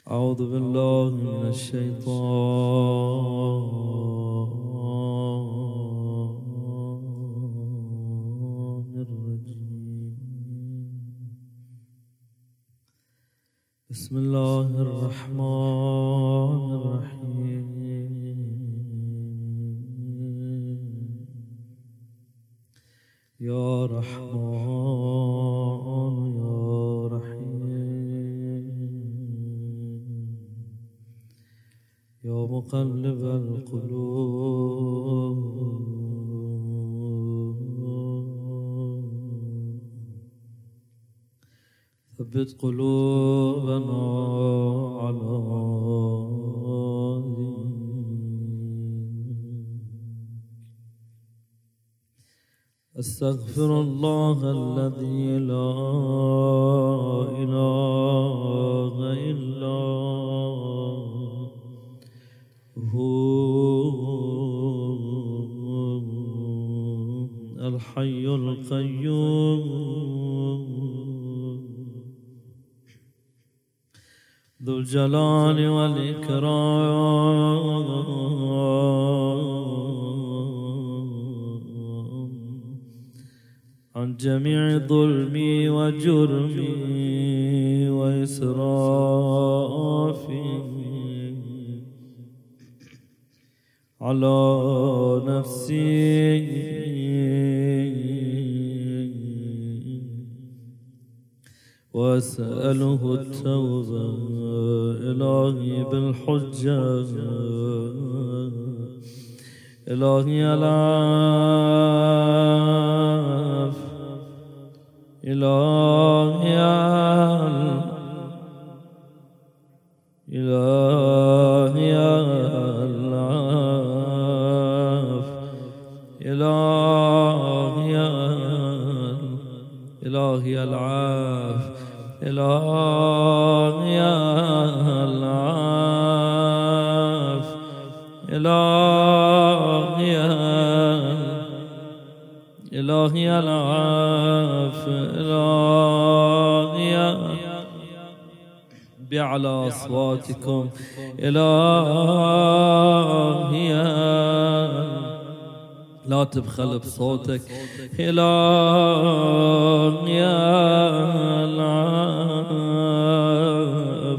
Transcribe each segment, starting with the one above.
أعوذ بالله من الشيطان الرجيم. بسم الله الرحمن الرحيم. يا رحمن يا رحيم يا مقلب القلوب ثبت قلوبنا على دينك. أستغفر الله الذي لا إله إلا هو الحي القيوم ذو الجلال والإكرام عن جميع ظلمي وجرمي وإسرافي على نفسي وأسأله التوبة إلهي بالحجة إلهي العاف إلهي العاف إلهي العاف إلهي العاف إلهي العاف إلهي بأعلى أصواتكم إلهي لا تبخل بصوتك إلهي العاف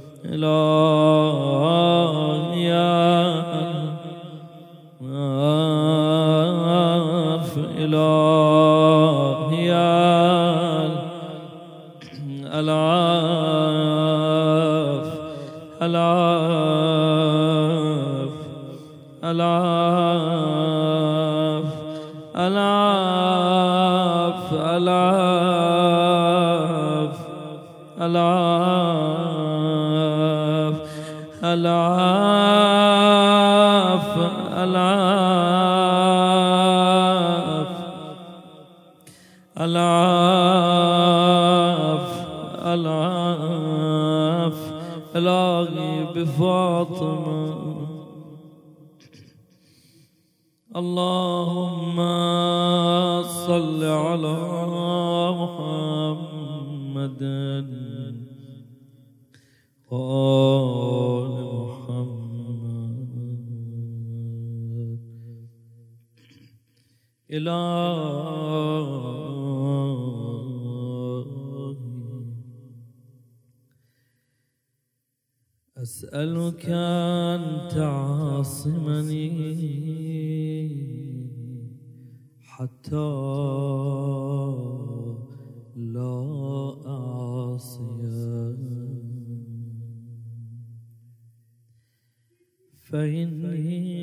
إلهي العاف إلهي العاف العاف العاف العاف العاف العاف العاف العاف العاف العاف إلهي بفاطمة اللهم صل على محمد وآل محمد. إلهي أسألك أن تعصمني حتى لا أعصي فإني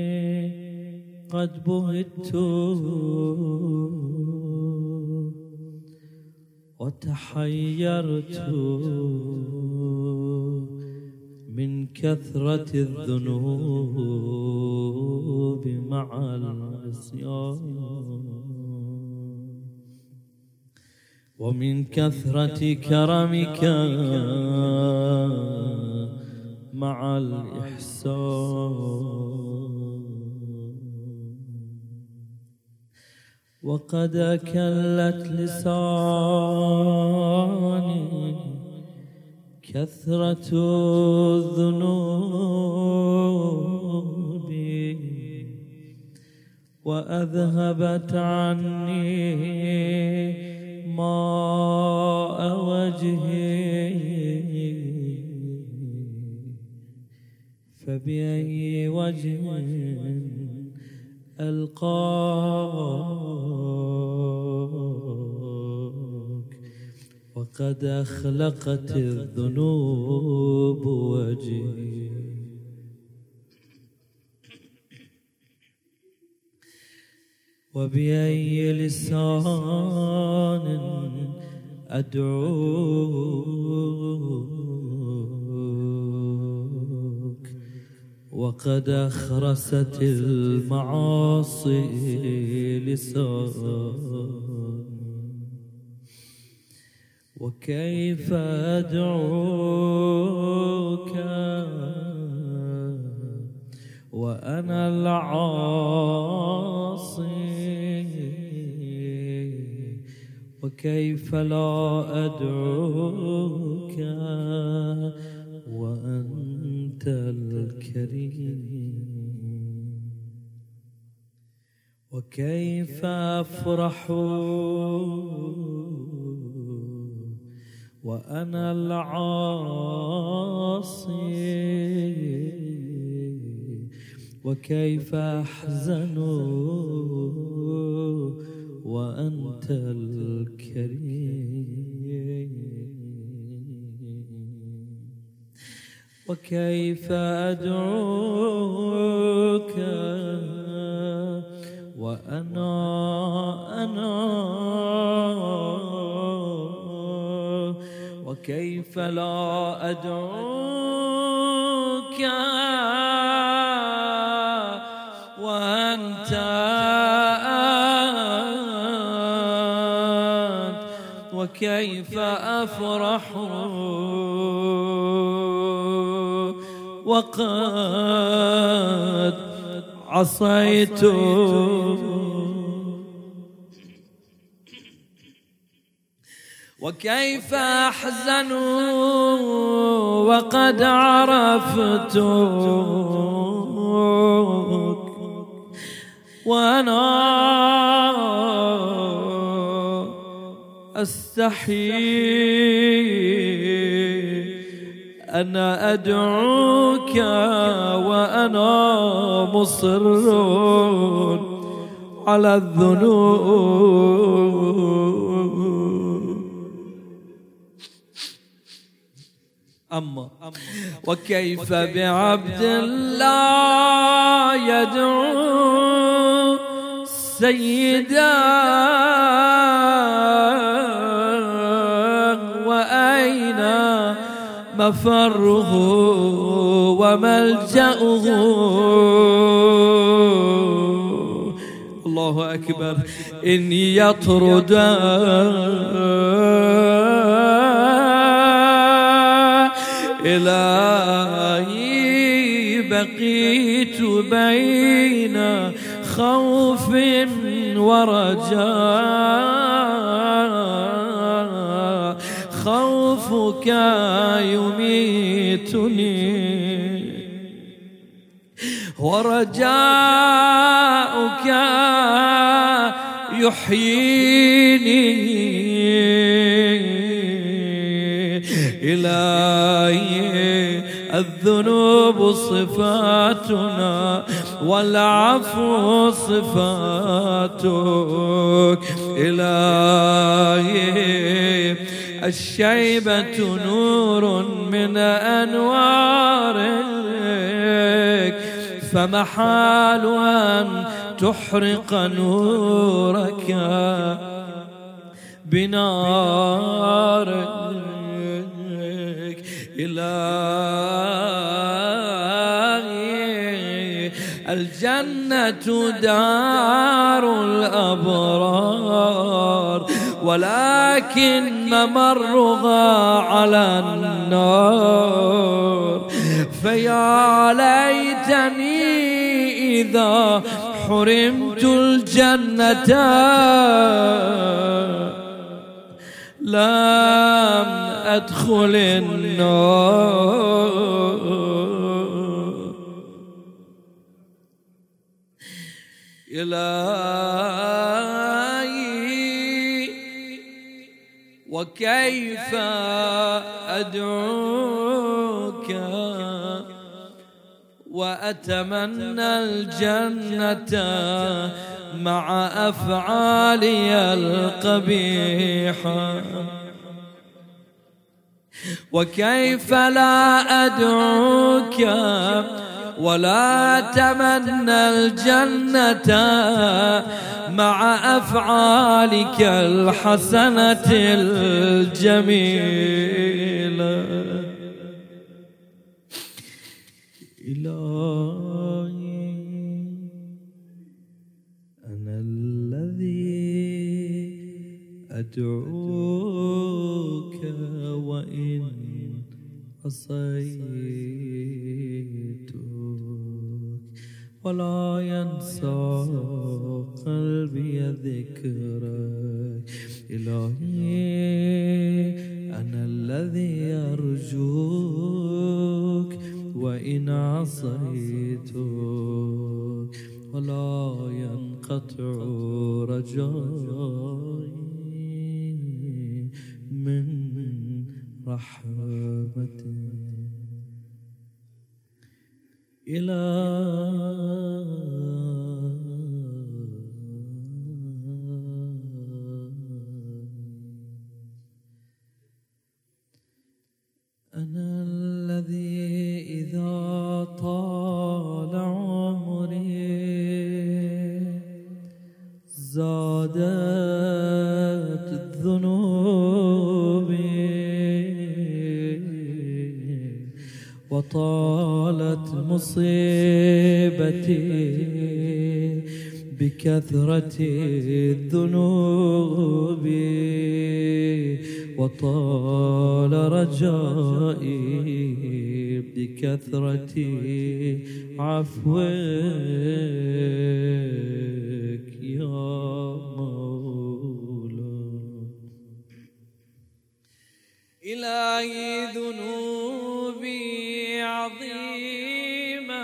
قد بهت وتحيرت من كثرة الذنوب مع العصيان ومن كثرة كرمك مع الإحسان وقد أكلت لساني كثرة الذنوب وأذهبت عني ماء وجهي، فبأي وجه ألقاك وقد أخلقت الذنوب وجهي. وبأي لسان أدعوك وقد أخرست المعاصي لسان. وكيف أدعوك وأنا العاصي، وكيف لا أدعوك وأنت الكريم. وكيف أفرح وأنا العاصي، وكيف أحزن وأنت الكريم. وكيف أدعوك وأنا وكيف لا أدعوك وأنت وكيف أفرح وقد عصيت. وكيف أحزن وقد عرفتك وأنا أستحي أنا أدعوك وأنا مصر على الذنوب. أما وكيف بعبد الله يدعو سيدا وأين مفره وملجأه. الله أكبر. إن يطرد إلهي بقيت بين خوف ورجاء، خوفك يميتني ورجاؤك يحييني. إلهي الذنوب صفاتنا والعفو صفاتك. إلهي الشيبة نور من أنوارك، فمحال أن تحرق نورك بنارك. إلهي الجنة دار الأبرار، ولكن ممرها على النار. فيا ليتني إذا حرمت الجنة لم أدخل النار. إلهي وكيف أدعوك وأتمنى الجنة مع أفعالي القبيحة، وكيف لا أدعوك ولا أتمنى الجنة مع أفعالك الحسنة الجميلة. إلهي أنا الذي أدعوك وإن عصيتك ولا ينسى قلبي ذكرك. إلهي أنا الذي أرجوك وإن عصيتك ولا ينقطع رجائي من رحمتك. أنا الذي إذا طال عمري زادت ذنوبي وطالت مصيبتي بكثرة الذنوب وطال رجائي بكثرة عفوك يا مولاي. إلهي ذنوبي عظيمة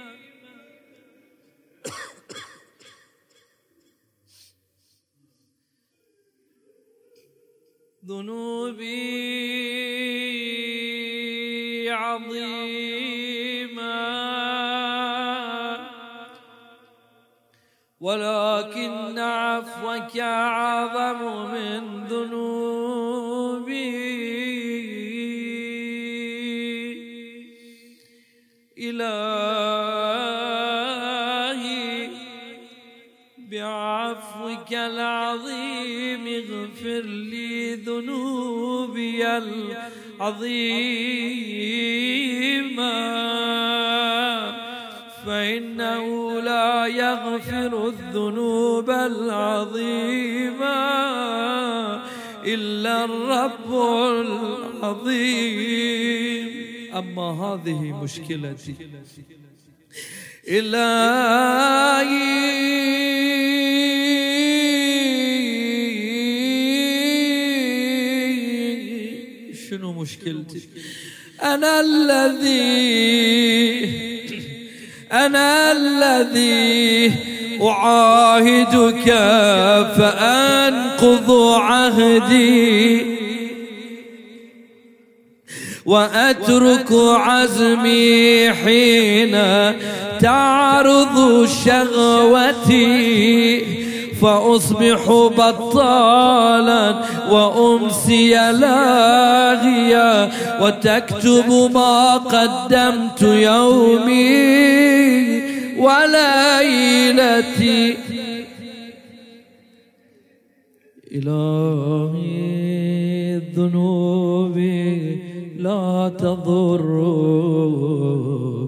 ذنوبي عظيمة ولكن عفوك أعظم من ذنوبي. إلهي بعفوك العظيم اغفر لي ذنوبي العظيمة فإنه لا يغفر الذنوب العظيمة إلا الرب العظيم. أما هذه مشكلتي إلهي شنو مشكلتي؟ أنا الذي أعاهدك فأنقض عهدي وأترك عزمي حين تعرض شهوتي فأصبح بطالا وأمسي لاغيا وتكتب ما قدمت يومي وليلتي. إلهي ذنوبي لا تضرك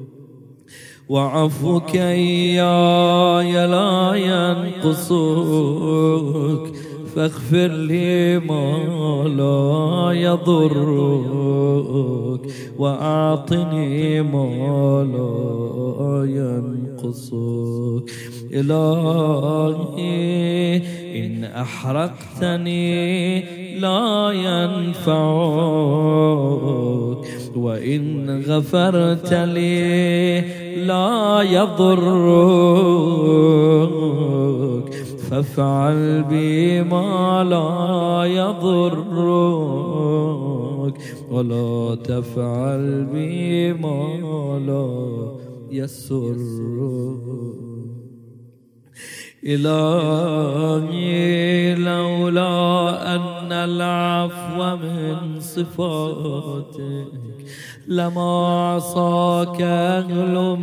وعفوك إياي لا ينقصك فاغفر لي ما لا يضرك وأعطني ما لا ينقصك. إلهي إن أحرقتني لا ينفعك، وإن غفرت لي لا يضرك، فافعل بي ما لا يضرك، ولا تفعل بي ما لا يسرك. إلهي لولا أن العفو من صفاتك لما عصاك أهل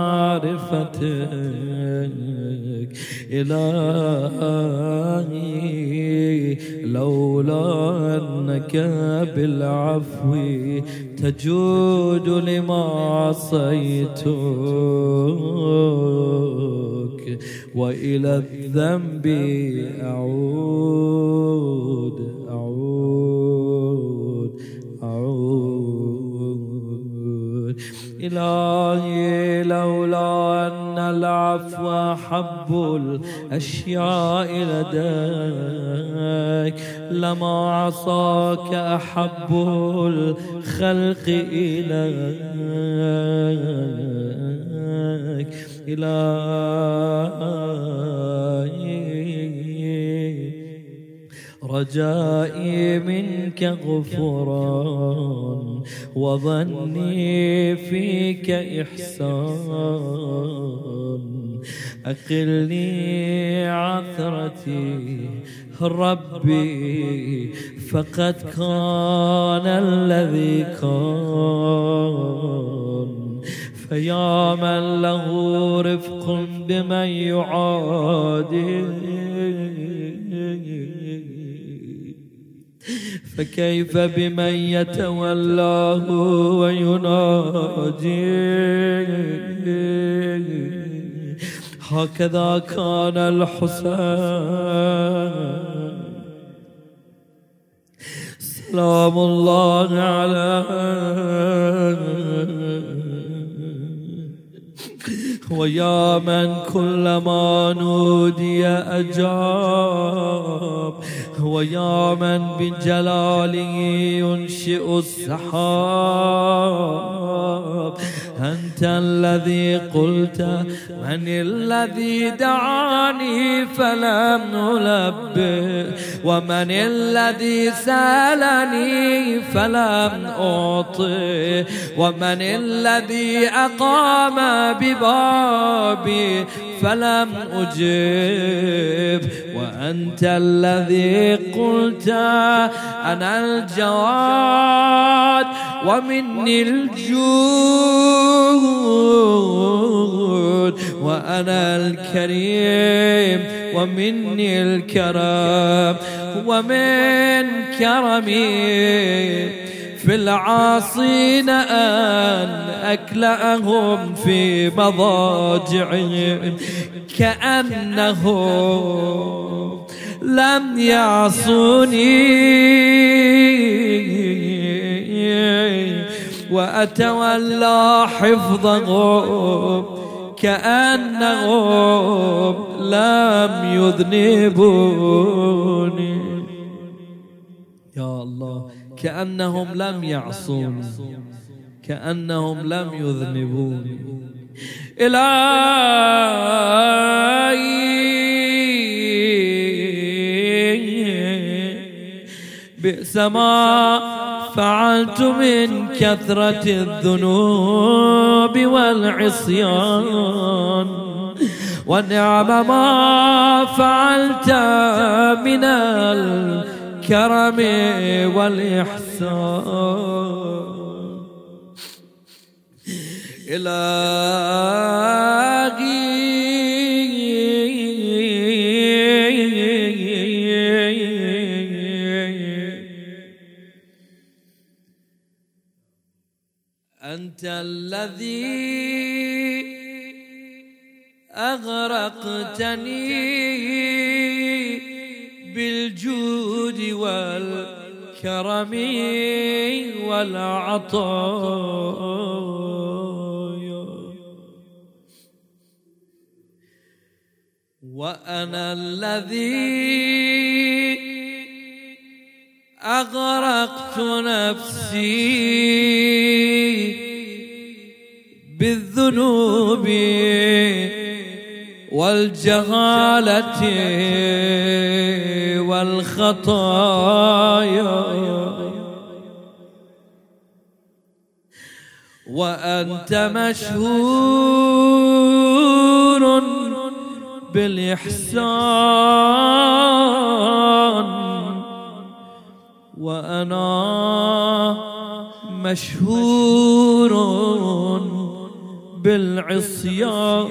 معرفتك. إلهي لولا أنك بالعفو تجود لما عصيتك، وإلى الذنب أعود. إلهي لولا أن العفو حب الأشياء لديك لما عصاك أحب الخلق إليك. إلهي رجائي منك غفران، وظني فيك إحسان. أقلني عثرتي ربي، فقد كان الذي كان. فيا من له رفق بمن يعادي، فكيف بمن يتولاه ويناجي. هكذا كان الحسين سلام الله عليه، ويا من كلما نودي أجاب، ويا من بجلاله ينشئ السحاب. أنت الذي قلت من الذي دعاني فلم ألبه، ومن الذي سألني فلم أعطه، ومن الذي أقام ببابي فلم أجب. وأنت الذي قلت أنا الجواد ومني الجود، وأنا الكريم ومني الكرم، ومن كرمي في العاصين أن أكلأهم في مضاجعهم كأنهم لم يعصوني، وأتولى حفظهم كأنهم لم يذنبوني. يا الله، كأنهم لم يعصوني، كأنهم لم يذنبوني. إلهي بئس ما فعلت من كثرة الذنوب والعصيان، ونعم ما فعلت من الكرم والإحسان. إلهي أنت الذي أغرقتني بالجود بالجود والكرم والعطايا، وأنا الذي أغرقت نفسي بالذنوب والجهالة والخطايا، وأنت مشهور بالإحسان وأنا مشهور بالعصيان.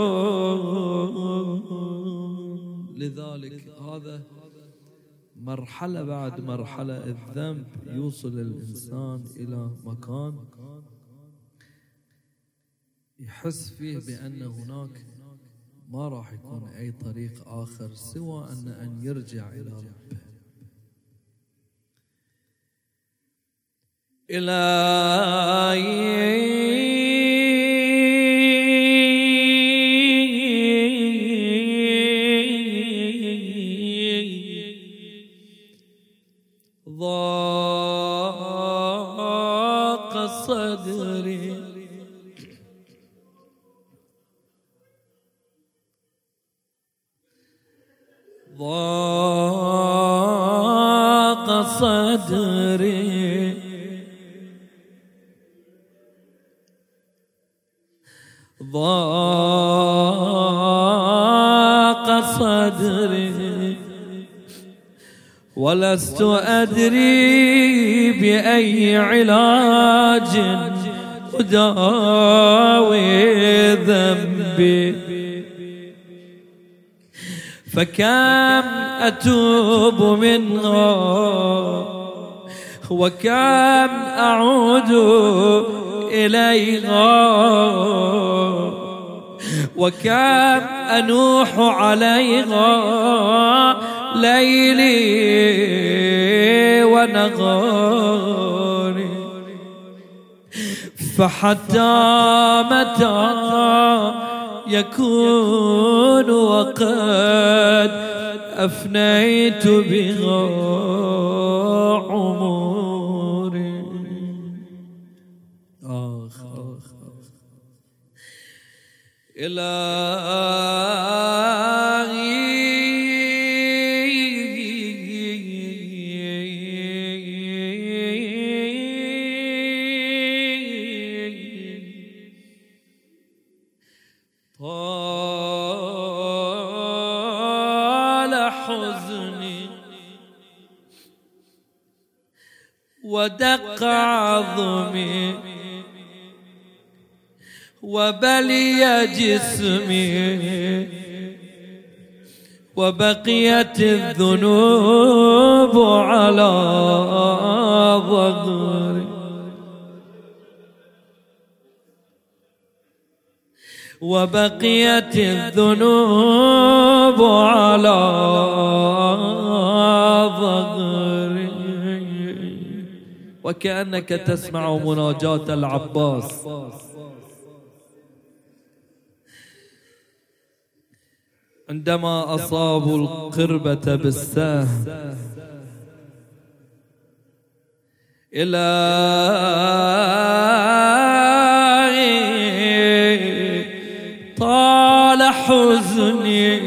لذلك هذا مرحلة بعد مرحلة، الذنب يوصل الإنسان إلى مكان يحس فيه بأن هناك ما راح يكون أي طريق آخر سوى أن يرجع إلى ربه. إلهي ضاق صدري ضاق صدري ضاق صدري ولست أدري بأي علاج أداوي ذنبي، فكم أتوب منها وكم أعود إليها، وكم أنوح عليها ليلي ونهاري، فحتى متى يكون وقد أفنيت بها عمري. آخ إلهي طال حزني ودق عظمي وبلي جسمي وبقيت الذنوب على ظهري، وبقيت الذنوب على ظهري. وكأنك تسمع مناجاة العباس عندما أصابوا القربة بالسهم. إلهي طال حزني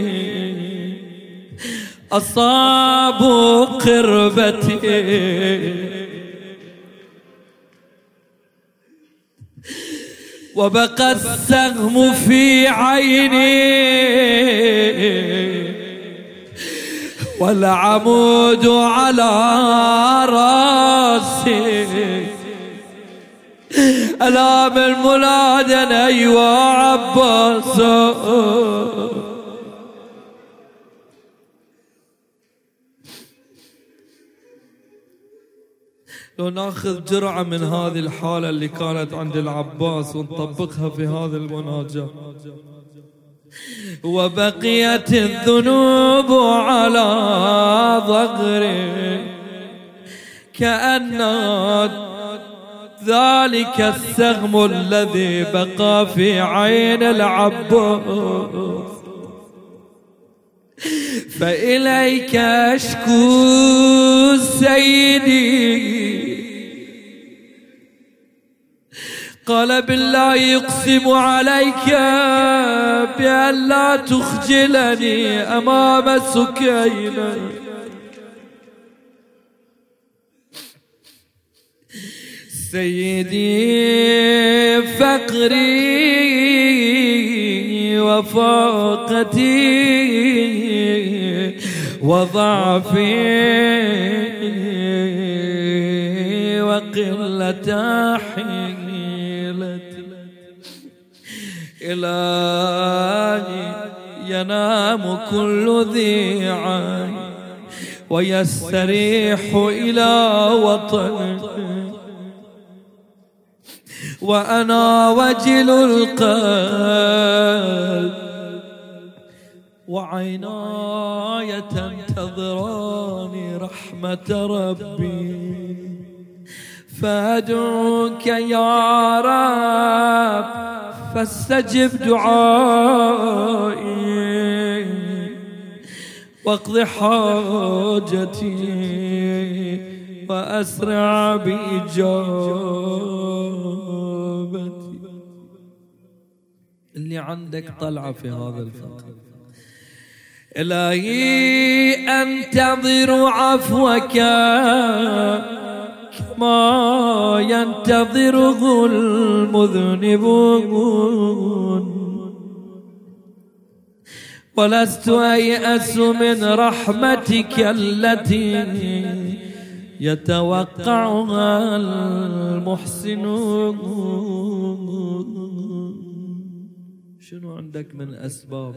أصابوا قربتي وبقى السهم في عيني والعمود على راسي، ألام المنادن أيوة عباس. لو ناخذ جرعة من هذه الحالة اللي كانت عند العباس ونطبقها في هذا المناجاة، وبقيت الذنوب على ظهري كأن ذلك السهم الذي بقى في عين العباس. فإليك أشكو سيدي. قال بالله يقسم عليك بأن لا تخجلني أمام سكينة. سيدي فقري وفاقتي وضعفي وقلة حيلتي. إلهي ينام كل ذي عين ويستريح إلى وطن، وأنا وجل القلب وعيناي تنتظران رحمة ربي. فأدعوك يا رب فاستجب دعائي واقض حاجتي وأسرع بإجابتي. اللي عندك طلعة في هذا الفقر. إلهي أنتظر عفوك كما ينتظره المذنبون، ولست أيأس من رحمتك التي يتوقعها المحسنون. شنو عندك من أسباب؟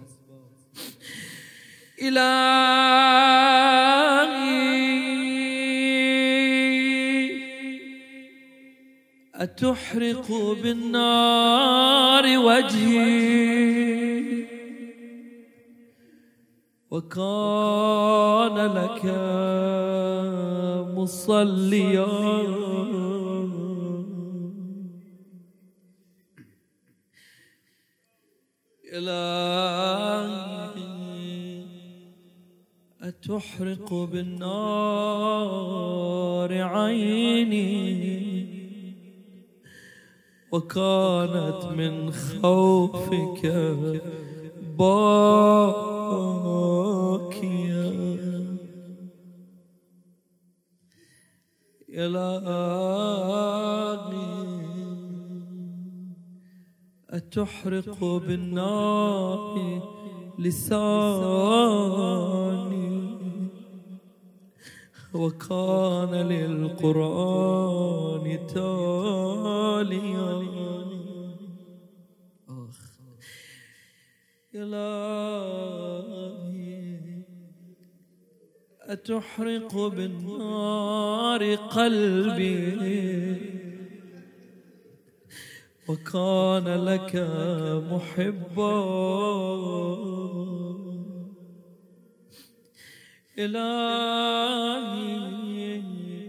إلهي أتحرق بالنار وجهي وكان لك مصليا. إلهي أتحرق بالنار عيني وكانت من خوفك باكيا. إلهي أتحرق بالنار لساني وكان للقرآن تاليا. إلهي أتحرق بالنار قلبي وكان لك محبا. إلهي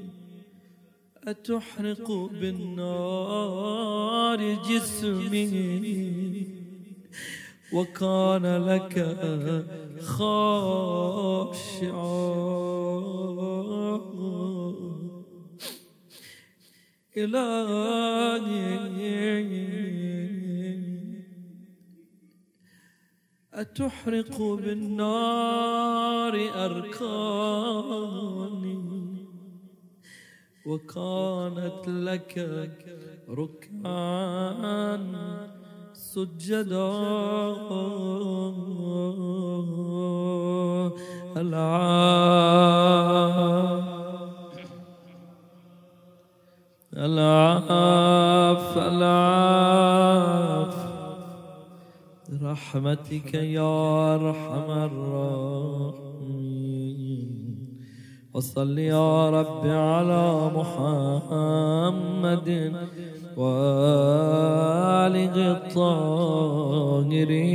أتحرق بالنار جسمي وكان لك خاشعا. إلهي أتحرق بالنار أركاني وكانت لك ركعان سجدا. العاف رحمتك يا أرحم الراحمين. وصل يا رب على محمد وآله الطاهرين.